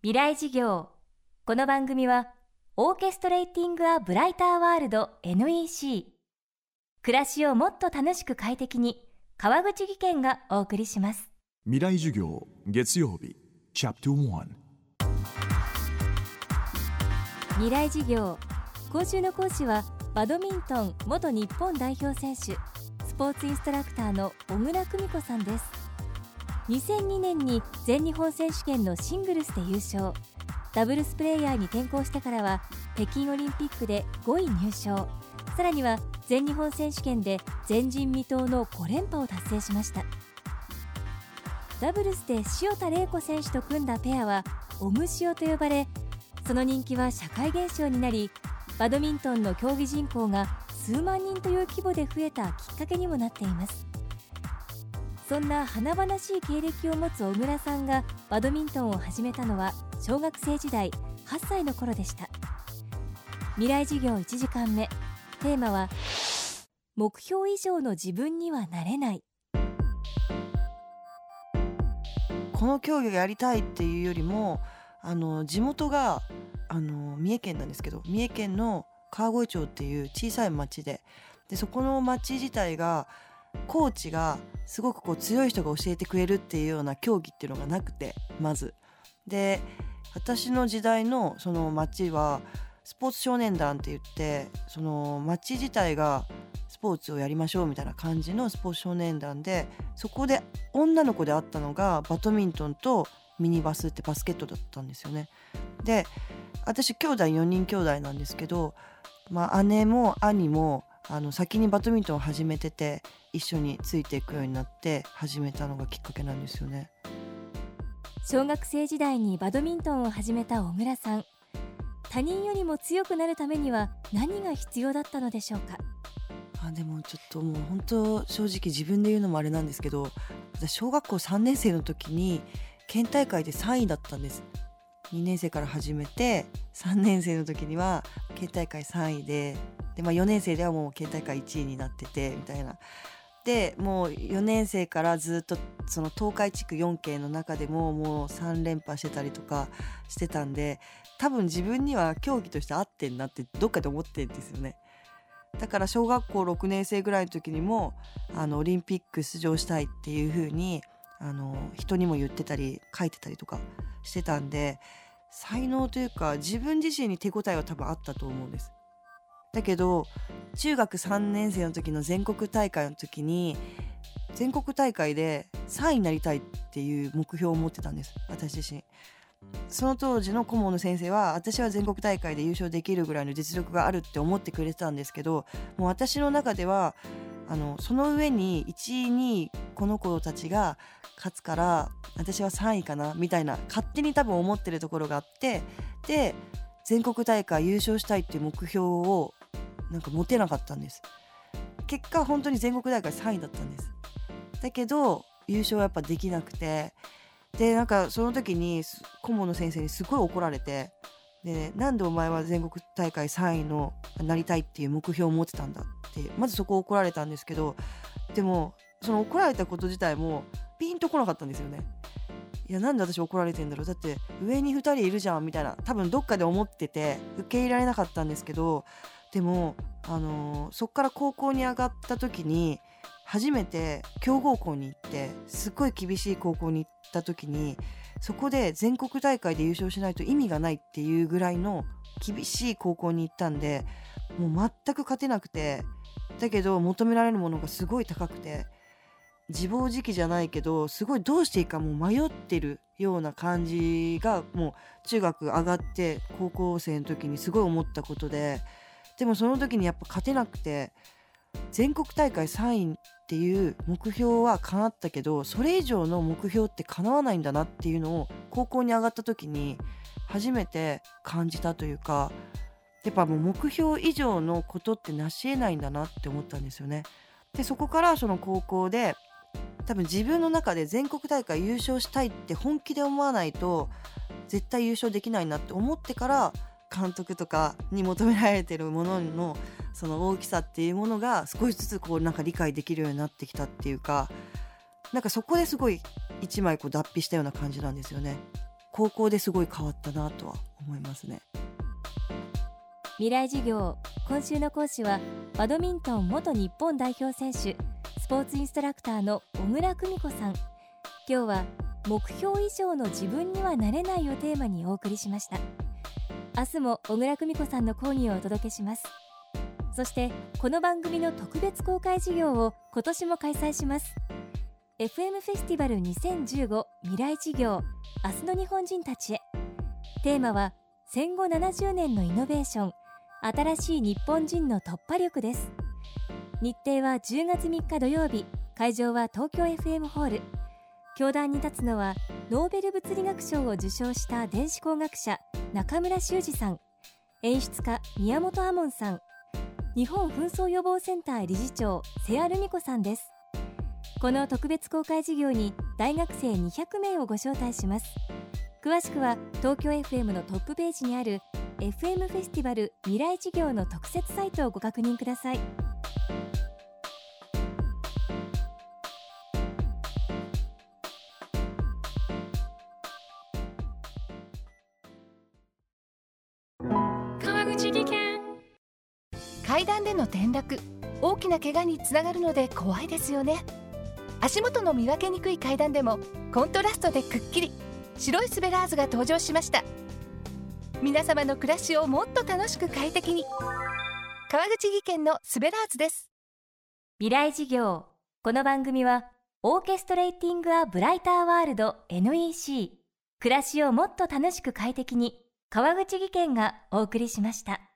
未来事業。この番組はオーケストレーティング・ア・ブライター・ワールド NEC 暮らしをもっと楽しく快適に川口義賢がお送りします。 未来授業月曜日チャプター1。 未来事業。今週の講師はバドミントン元日本代表選手、スポーツインストラクターの小倉久美子さんです。2002年に全日本選手権のシングルスで優勝、ダブルスプレーヤーに転向してからは北京オリンピックで5位入賞、さらには全日本選手権で前人未到の5連覇を達成しました。ダブルスで塩田玲子選手と組んだペアはオムシオと呼ばれ、その人気は社会現象になり、バドミントンの競技人口が数万人という規模で増えたきっかけにもなっています。そんな華々しい経歴を持つ小倉さんがバドミントンを始めたのは小学生時代8歳の頃でした。未来授業1時間目、テーマは目標以上の自分にはなれない。 この競技をやりたいっていうよりも、地元が三重県なんですけど、三重県の川越町っていう小さい町で、そこの町自体がコーチがすごく強い人が教えてくれるっていうような競技っていうのがなくて、まずで、私の時代のその町はスポーツ少年団って言って、その町自体がスポーツをやりましょうみたいな感じのスポーツ少年団で、そこで女の子であったのがバドミントンとミニバスってバスケットだったんですよね。で、私兄弟4人兄弟なんですけど、姉も兄も先にバドミントンを始めてて、一緒についていくようになって始めたのがきっかけなんですよね。 小学生時代にバドミントンを始めた小倉さん、他人よりも強くなるためには何が必要だったのでしょうか。 でもちょっともう本当正直自分で言うのもあれなんですけど、私小学校3年生の時に県大会で3位だったんです。2年生から始めて3年生の時には県大会3位で、4年生ではもう県大会1位になっててみたいな。でもう4年生からずっとその東海地区4県の中でももう3連覇してたりとかしてたんで、多分自分には競技として合ってんなってどっかで思ってるんですよね。だから小学校6年生ぐらいの時にもオリンピック出場したいっていう風に人にも言ってたり書いてたりとかしてたんで、才能というか自分自身に手応えは多分あったと思うんです。だけど中学3年生の時の全国大会の時に、全国大会で3位になりたいっていう目標を持ってたんです、私自身。その当時の顧問の先生は、私は全国大会で優勝できるぐらいの実力があるって思ってくれてたんですけど、もう私の中ではその上に1位にこの子たちが勝つから私は3位かなみたいな勝手に多分思ってるところがあって、で全国大会優勝したいっていう目標をなんか持てなかったんです。結果本当に全国大会3位だったんです。だけど優勝はやっぱできなくて、でなんかその時に顧問の先生にすごい怒られて、でなんでお前は全国大会3位のなりたいっていう目標を持ってたんだって、まずそこを怒られたんですけど、でもその怒られたこと自体もピンとこなかったんですよね。いやなんで私怒られてんだろう、だって上に2人いるじゃんみたいな、多分どっかで思ってて受け入れられなかったんですけど、でもそっから高校に上がった時に初めて強豪校に行って、すっごい厳しい高校に行った時に、そこで全国大会で優勝しないと意味がないっていうぐらいの厳しい高校に行ったんで、もう全く勝てなくて、だけど求められるものがすごい高くて、自暴自棄じゃないけどすごいどうしていいかもう迷ってるような感じが、もう中学上がって高校生の時にすごい思ったことで、でもその時にやっぱ勝てなくて、全国大会3位っていう目標は叶ったけど、それ以上の目標って叶わないんだなっていうのを高校に上がった時に初めて感じたというか、やっぱもう目標以上のことって成し得ないんだなって思ったんですよね。でそこからその高校で多分自分の中で全国大会優勝したいって本気で思わないと絶対優勝できないなって思ってから、監督とかに求められてるもののその大きさっていうものが少しずつなんか理解できるようになってきたっていうか、なんかそこですごい一枚脱皮したような感じなんですよね。 高校ですごい変わったなとは思いますね。 未来授業、今週の講師はバドミントン元日本代表選手、スポーツインストラクターの小倉久美子さん。今日は目標以上の自分にはなれないをテーマにお送りしました。明日も小倉久美子さんの講義をお届けします。そしてこの番組の特別公開授業を今年も開催します。 FM フェスティバル2015未来授業、明日の日本人たちへ。テーマは戦後70年のイノベーション、新しい日本人の突破力です。日程は10月3日土曜日、会場は東京 FM ホール。教壇に立つのはノーベル物理学賞を受賞した電子工学者中村修二さん、演出家宮本亞門さん、日本紛争予防センター理事長瀬谷留美子さんです。この特別公開授業に大学生200名をご招待します。詳しくは東京 FM のトップページにある FM フェスティバル未来授業の特設サイトをご確認ください。 川口技研。階段での転落、大きな怪我につながるので怖いですよね。足元の見分けにくい階段でもコントラストでくっきり白いスベラーズが登場しました。皆様の暮らしをもっと楽しく快適に、川口技研のスベラーズです。 未来授業、この番組はオーケストレーティング・ア・ブライター・ワールド NEC、 暮らしをもっと楽しく快適に、川口技研がお送りしました。